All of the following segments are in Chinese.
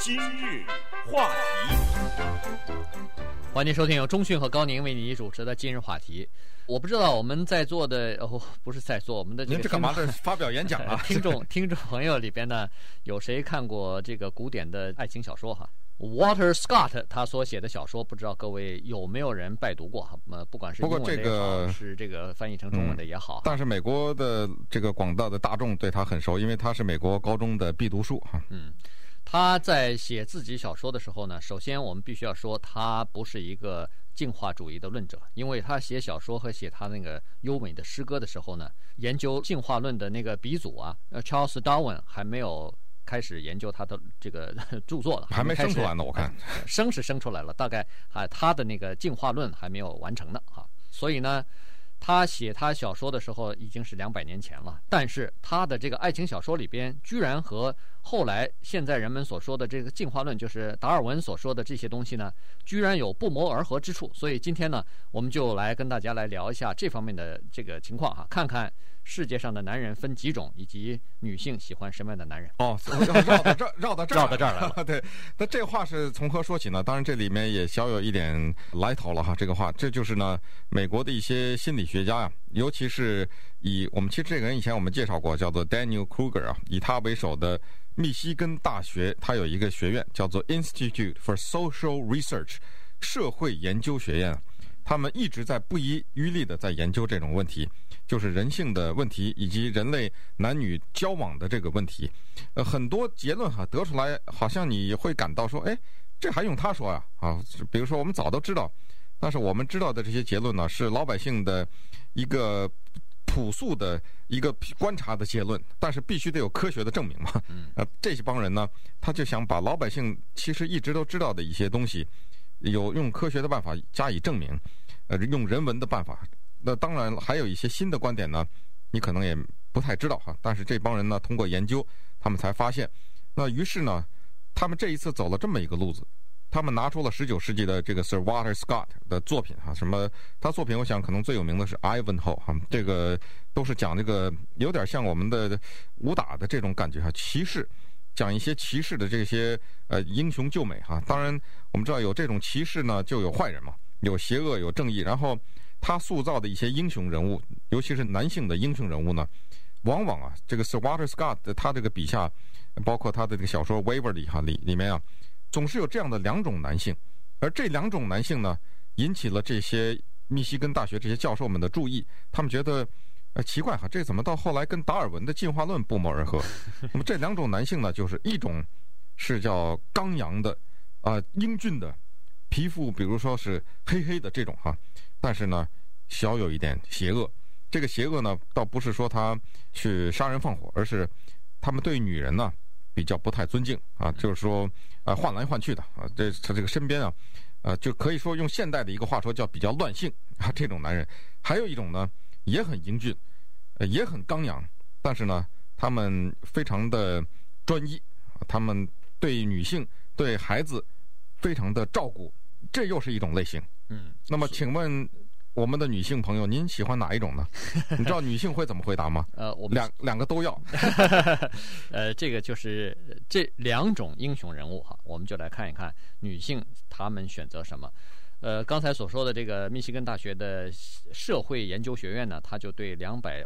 今日话题， 欢迎收听由钟讯和高宁为你主持的今日话题。我不知道我们在座的不是在座，我们的您这干嘛这发表演讲啊？ 听众朋友里边呢，有谁看过这个古典的爱情小说哈？Walter Scott 他所写的小说，不知道各位有没有人拜读过？不管是英文的也好，是这个翻译成中文的也好。 但是美国的这个广大的大众对他很熟，因为他是美国高中的必读书哈。 他在写自己小说的时候呢，首先我们必须要说，他不是一个进化主义的论者，因为他写小说和写他那个优美的诗歌的时候呢，研究进化论的那个鼻祖啊，Charles Darwin 还没有开始研究他的这个著作了， 还没生出来呢。我看生是生出来了，大概他的那个进化论还没有完成呢哈。所以呢，他写他小说的时候已经是200年前了，但是他的这个爱情小说里边，居然和后来现在人们所说的这个进化论，就是达尔文所说的这些东西呢，居然有不谋而合之处。所以今天呢，我们就来跟大家来聊一下这方面的这个情况哈，看看世界上的男人分几种，以及女性喜欢什么样的男人。 绕到这儿来了。对，那这话是从何说起呢？当然这里面也小有一点来头了哈。这个话，这就是呢，美国的一些心理学家呀，尤其是我们其实这个人以前我们介绍过，叫做 Daniel Kruger 啊，以他为首的密西根大学，他有一个学院叫做 Institute for Social Research 社会研究学院，他们一直在不遗余力的在研究这种问题，就是人性的问题以及人类男女交往的这个问题。很多结论哈得出来，好像你会感到说，哎，这还用他说呀？啊，比如说我们早都知道，但是我们知道的这些结论呢，是老百姓的一个朴素的一个观察的结论，但是必须得有科学的证明嘛。这帮人呢，他就想把老百姓其实一直都知道的一些东西，用科学的办法加以证明，用人文的办法。那当然还有一些新的观点呢，你可能也不太知道哈。但是这帮人呢，通过研究，他们才发现。那于是呢，他们这一次走了这么一个路子。他们拿出了19世纪的这个 Sir Walter Scott 的作品哈，什么他作品我想可能最有名的是 Ivanhoe 哈，这个都是讲这个有点像我们的武打的这种感觉哈，骑士，讲一些骑士的这些英雄救美哈。当然我们知道有这种骑士呢，就有坏人嘛，有邪恶有正义，然后他塑造的一些英雄人物，尤其是男性的英雄人物呢，往往啊这个 Sir Walter Scott 的他这个笔下，包括他的这个小说 Waverly 哈里面啊，总是有这样的2种男性，而这2种男性呢，引起了这些密西根大学这些教授们的注意。他们觉得，奇怪哈，这怎么到后来跟达尔文的进化论不谋而合？那么这2种男性呢，就是一种是叫刚阳的，英俊的，皮肤比如说是黑黑的这种哈，但是呢，小有一点邪恶。这个邪恶呢，倒不是说他去杀人放火，而是他们对女人呢比较不太尊敬啊，就是说换来换去的啊，他这个身边啊，就可以说用现代的一个话说叫比较乱性啊，这种男人。还有一种呢，也很英俊，也很刚阳，但是呢，他们非常的专一，他们对女性、对孩子非常的照顾，这又是一种类型。那么请问我们的女性朋友，您喜欢哪一种呢？你知道女性会怎么回答吗？我们两个都要。 这个就是这2种英雄人物哈，我们就来看一看女性她们选择什么。刚才所说的这个密西根大学的社会研究学院呢，他就对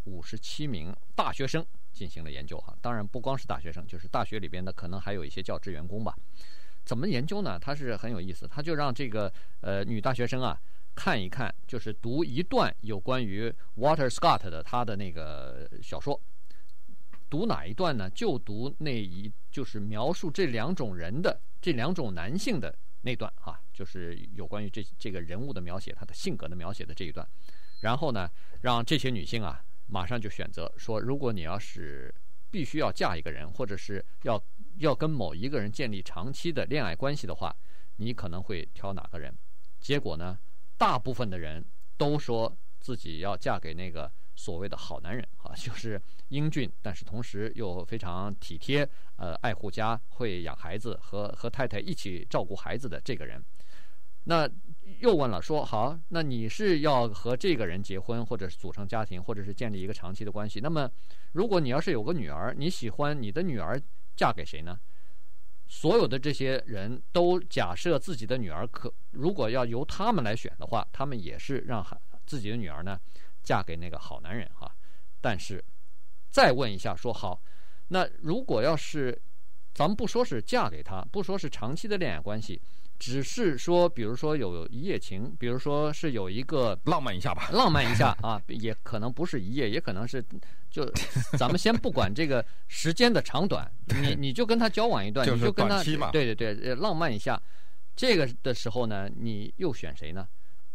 257名大学生进行了研究哈。当然不光是大学生，就是大学里边的可能还有一些教职员工吧。怎么研究呢？他是很有意思，他就让这个女大学生啊看一看，就是读一段有关于 Walter Scott 的他的那个小说。读哪一段呢？就读就是描述这2种人的这2种男性的那段哈，就是有关于这个人物的描写，他的性格的描写的这一段。然后呢，让这些女性啊马上就选择说，如果你要是必须要嫁一个人，或者是要跟某一个人建立长期的恋爱关系的话，你可能会挑哪个人？结果呢，大部分的人都说自己要嫁给那个所谓的好男人啊，就是英俊，但是同时又非常体贴，爱护家，会养孩子，和太太一起照顾孩子的这个人。那又问了说，好，那你是要和这个人结婚，或者是组成家庭，或者是建立一个长期的关系，那么如果你要是有个女儿，你喜欢你的女儿嫁给谁呢？ 所有的这些人都假设自己的女儿如果要由他们来选的话，他们也是让自己的女儿呢嫁给那个好男人哈。但是再问一下说，好，那如果要是咱们不说是嫁给他，不说是长期的恋爱关系，只是说比如说有一夜情，比如说是有一个浪漫一下吧， 浪漫一下啊，也可能不是一夜，也可能是就咱们先不管这个时间的长短，你就跟他交往一段， 就是你就跟他短期嘛， 对，浪漫一下，这个的时候呢，你又选谁呢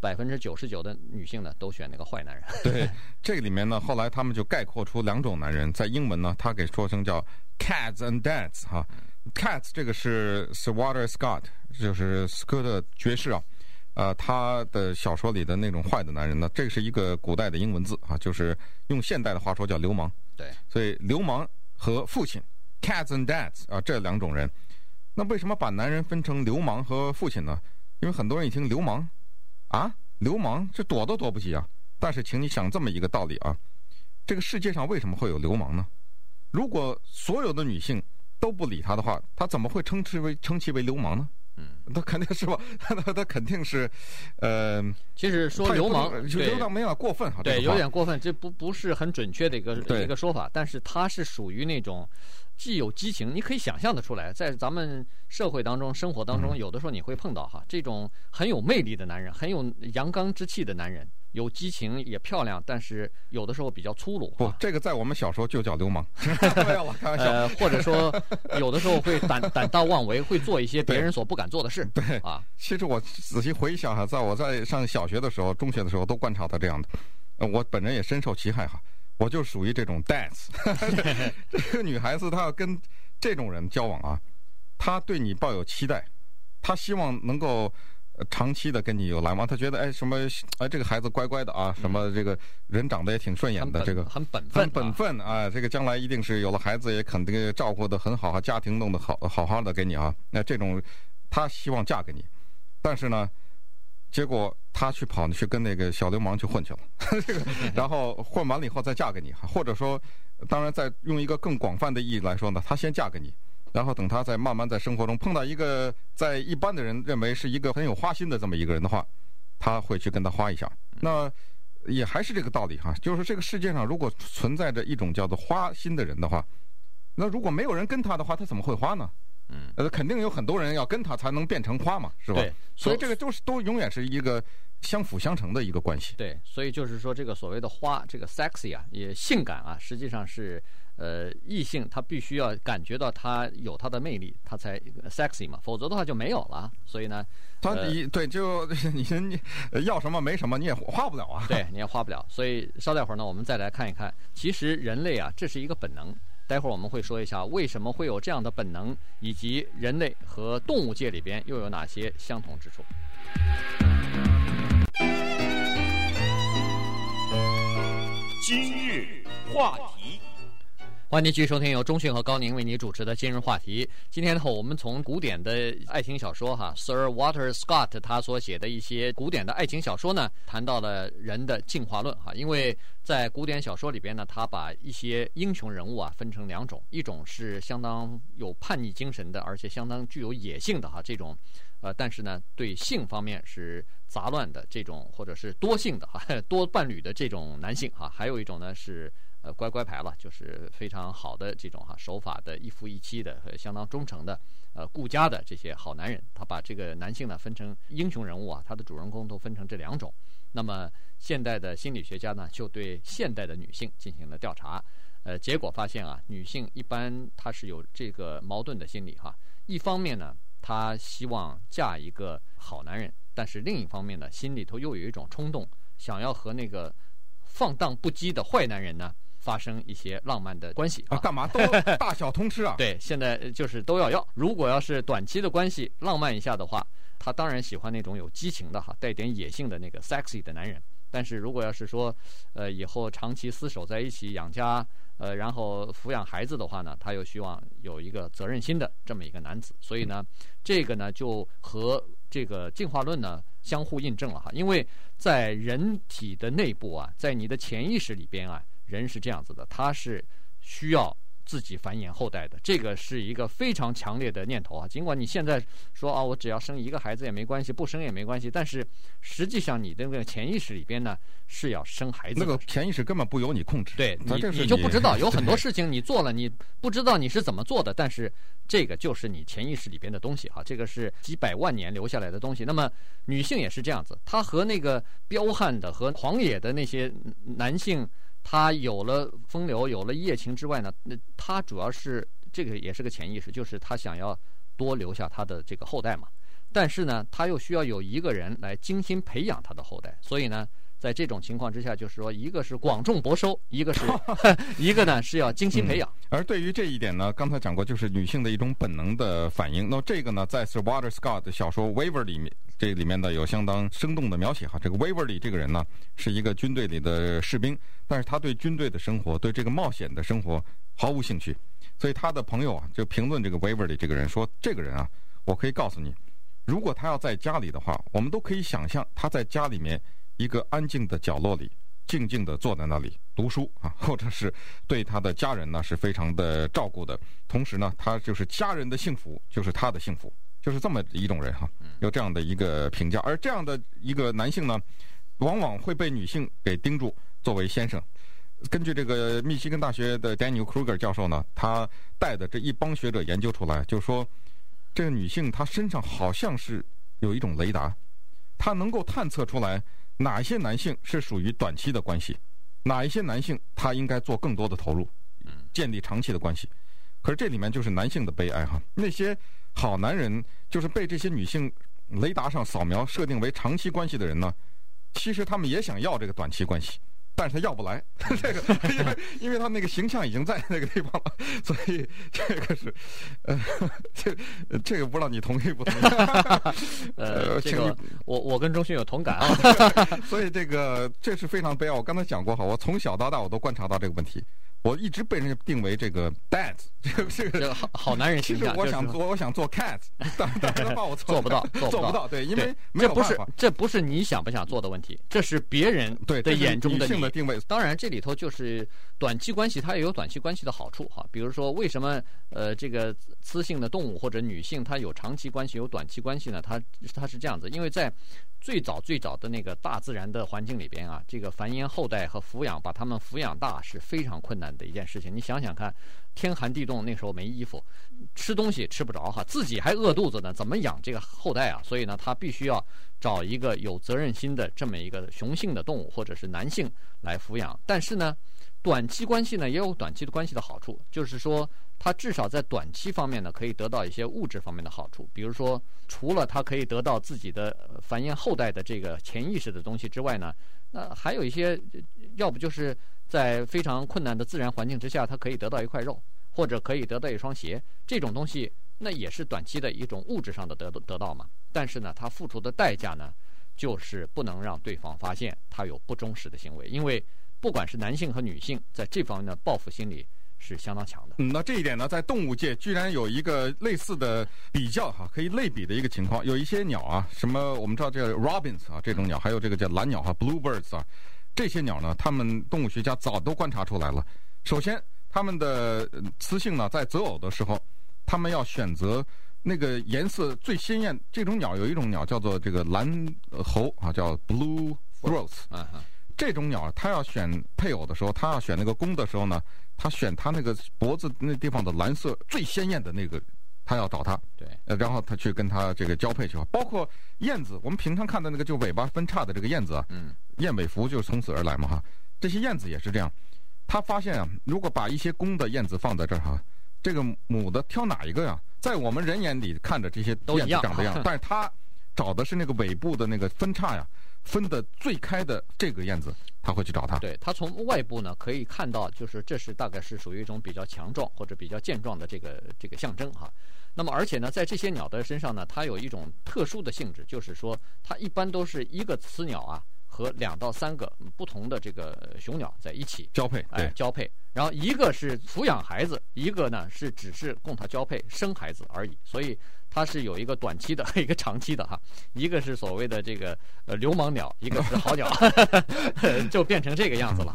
？99%的女性呢都选那个坏男人。 对，这个里面呢，后来他们就概括出2种男人，在英文呢，他给说成叫 cats and dads 哈。cats 这个是 Walter Scott， 就是斯科特爵士啊，他的小说里的那种坏的男人呢，这个是一个古代的英文字啊，就是用现代的话说叫流氓。 对， 所以流氓和父亲 cats and dads 啊，这2种人。那为什么把男人分成流氓和父亲呢？因为很多人一听流氓啊，流氓这躲都躲不及啊。但是请你想这么一个道理啊，这个世界上为什么会有流氓呢？如果所有的女性都不理他的话，他怎么会称其为流氓呢？他肯定是吧，他肯定是， 其实说流氓， 流氓有点过分哈， 对，有点过分，这不是很准确的一个说法，但是他是属于那种既有激情，你可以想象得出来，在咱们社会当中、生活当中，有的时候你会碰到哈，这种很有魅力的男人，很有阳刚之气的男人。有激情也漂亮，但是有的时候比较粗鲁。 不，这个在我们小时候就叫流氓。没有了，开玩笑。 或者说有的时候会胆大妄为，会做一些别人所不敢做的事。 对啊， 其实我仔细回想哈，我在上小学的时候、中学的时候都观察到这样的。我本人也深受其害哈，我就属于这种 dads。这个女孩子她要跟这种人交往啊，她对你抱有期待，她希望能够长期的跟你有来往，他觉得这个孩子乖乖的啊，什么这个人长得也挺顺眼的，这个很本分啊，这个将来一定是有了孩子也肯定照顾的很好，家庭弄得好的给你啊。那这种他希望嫁给你，但是呢，结果他跑去跟那个小流氓去混去了，这个然后混完了以后再嫁给你，或者说，当然再用一个更广泛的意义来说呢，他先嫁给你。然后等他再慢慢在生活中碰到一个在一般的人认为是一个很有花心的这么一个人的话，他会去跟他花一下。那也还是这个道理哈，就是这个世界上如果存在着一种叫做花心的人的话，那如果没有人跟他的话，他怎么会花呢？肯定有很多人要跟他才能变成花嘛，是吧？ 对， 所以这个都永远是一个相辅相成的一个关系。 对，所以就是说这个所谓的花，这个 sexy 啊，也性感啊，实际上是异性他必须要感觉到他有他的魅力，他才 sexy 嘛，否则的话就没有了。所以呢， 对，就你要什么没什么，你也花不了啊。 对，你也花不了。所以稍待会儿呢，我们再来看一看，其实人类啊，这是一个本能。待会儿我们会说一下为什么会有这样的本能，以及人类和动物界里边又有哪些相同之处。 今日话题。 欢迎继续收听由钟迅和高宁为你主持的今日话题。今天呢，我们从古典的爱情小说Sir Walter Scott 他所写的一些古典的爱情小说呢，谈到了人的进化论因为在古典小说里边呢，他把一些英雄人物分成2种，一种是相当有叛逆精神的，而且相当具有野性的这种但是呢，对性方面是杂乱的这种，或者是多性的多伴侣的这种男性还有一种呢是乖乖牌了，就是非常好的这种守法的一夫一妻的相当忠诚的顾家的这些好男人。他把这个男性呢分成英雄人物他的主人公都分成这2种。那么现代的心理学家呢就对现代的女性进行了调查，结果发现女性一般她是有这个矛盾的心理一方面呢她希望嫁一个好男人，但是另一方面呢心里头又有一种冲动，想要和那个放荡不羁的坏男人呢发生一些浪漫的关系干嘛都大小通吃啊？ 对，现在就是都要。如果要是短期的关系，浪漫一下的话，他当然喜欢那种有激情的带点野性的那个 sexy 的男人。但是如果要是说以后长期厮守在一起养家然后抚养孩子的话呢，他又希望有一个责任心的这么一个男子。所以呢，这个呢就和这个进化论呢相互印证了因为在人体的内部在你的潜意识里边人是这样子的，他是需要自己繁衍后代的，这个是一个非常强烈的念头啊。尽管你现在说啊，我只要生一个孩子也没关系，不生也没关系，但是实际上你的那个潜意识里边呢是要生孩子的。 那个潜意识根本不由你控制， 对，你就不知道有很多事情你做了，你不知道你是怎么做的，但是这个就是你潜意识里边的东西哈，这个是几百万年留下来的东西。那么女性也是这样子，她和那个彪悍的和狂野的那些男性，他有了风流，有了一夜情之外呢，他主要是这个也是个潜意识，就是他想要多留下他的这个后代嘛。但是呢，他又需要有一个人来精心培养他的后代，所以呢，在这种情况之下，就是说，一个是广种博收，一个是一个呢是要精心培养。 而对于这一点呢，刚才讲过，就是女性的一种本能的反应。那这个呢，在 Sir Walter Scott 的小说《Waverly》里面，这里面呢有相当生动的描写哈。这个 Waverly 这个人呢，是一个军队里的士兵，但是他对军队的生活，对这个冒险的生活毫无兴趣。所以他的朋友啊，就评论这个 Waverly 这个人说，这个人啊，我可以告诉你，如果他要在家里的话，我们都可以想象他在家里面一个安静的角落里，静静地坐在那里读书啊，或者是对他的家人呢是非常的照顾的。同时呢，他就是家人的幸福就是他的幸福，就是这么一种人哈，有这样的一个评价。而这样的一个男性呢，往往会被女性给盯住作为先生。根据这个密西根大学的 Daniel Kruger 教授呢，他带的这一帮学者研究出来，就是说这个女性她身上好像是有一种雷达，她能够探测出来哪一些男性是属于短期的关系，哪一些男性他应该做更多的投入，建立长期的关系。可是这里面就是男性的悲哀哈，那些好男人就是被这些女性雷达上扫描设定为长期关系的人呢，其实他们也想要这个短期关系，但是他要不来，这个因为他那个形象已经在那个地方了，所以这个是这个不知道你同意不同意？ 这个我跟钟迅有同感啊。 所以这是非常悲哀。我刚才讲过哈，我从小到大我都观察到这个问题。我一直被人家定为这个 dad， 这个好男人形象。 其实我想做 cat， 但是把我做不到。 对，因为没有办法。 这不是你想不想做的问题，这是别人的眼中的女性的定位。 当然，这里头就是短期关系，它也有短期关系的好处哈。比如说，为什么这个雌性的动物或者女性它有长期关系有短期关系呢？它是这样子，因为在最早的那个大自然的环境里边啊，这个繁衍后代和抚养，把它们抚养大是非常困难的一件事情。你想想看，天寒地冻，那时候没衣服，吃东西吃不着哈，自己还饿肚子呢，怎么养这个后代啊？所以呢，他必须要找一个有责任心的这么一个雄性的动物或者是男性来抚养。但是呢，短期关系呢也有短期的关系的好处，就是说它至少在短期方面呢可以得到一些物质方面的好处，比如说除了它可以得到自己的繁衍后代的这个潜意识的东西之外呢，那还有一些，要不就是在非常困难的自然环境之下，它可以得到一块肉，或者可以得到一双鞋，这种东西那也是短期的一种物质上的得到嘛。但是呢，它付出的代价呢，就是不能让对方发现他有不忠实的行为，因为不管是男性和女性，在这方面的报复心理是相当强的。 那这一点呢，在动物界居然有一个类似的比较哈，可以类比的一个情况。有一些鸟啊，什么我们知道这个 robins 啊，这种鸟，还有这个叫蓝鸟哈 bluebirds 啊，这些鸟呢，他们动物学家早都观察出来了。首先，他们的雌性呢，在择偶的时候，他们要选择那个颜色最鲜艳。这种鸟有一种鸟叫做这个蓝喉啊，叫 blue throats。这种鸟它要选配偶的时候，它要选那个公的时候呢，它选它那个脖子那地方的蓝色最鲜艳的那个，它要找它。 对， 然后它去跟它这个交配去。包括燕子，我们平常看的那个就尾巴分叉的这个燕子啊，燕尾服就是从此而来嘛哈。这些燕子也是这样，他发现啊，如果把一些公的燕子放在这儿哈，这个母的挑哪一个呀？在我们人眼里看着这些燕子长得一样，但是它找的是那个尾部的那个分叉呀，分得最开的这个燕子，他会去找它。 对，它从外部呢可以看到，就是这是大概是属于一种比较强壮或者比较健壮的这个象征哈。那么而且呢，在这些鸟的身上呢，它有一种特殊的性质，就是说它一般都是一个雌鸟啊和2到3个不同的这个雄鸟在一起交配， 交配。然后一个是抚养孩子，一个呢是只是供它交配生孩子而已。所以它是有一个短期的，一个长期的哈。一个是所谓的这个流氓鸟，一个是好鸟，就变成这个样子了哈。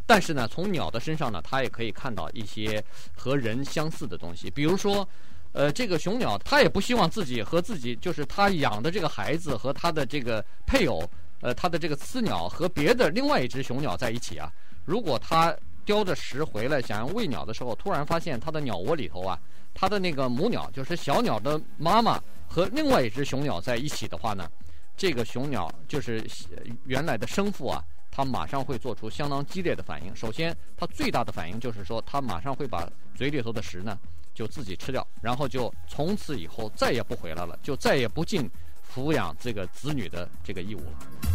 但是呢，从鸟的身上呢，它也可以看到一些和人相似的东西，比如说，这个雄鸟它也不希望自己和自己就是它养的这个孩子和它的这个配偶，它的这个雌鸟和别的另外一只雄鸟在一起啊。如果它叼着食回来想要喂鸟的时候，突然发现它的鸟窝里头啊，它的那个母鸟就是小鸟的妈妈和另外一只雄鸟在一起的话呢，这个雄鸟就是原来的生父啊，它马上会做出相当激烈的反应。首先，它最大的反应就是说，它马上会把嘴里头的食呢就自己吃掉，然后就从此以后再也不回来了，就再也不尽抚养这个子女的这个义务了。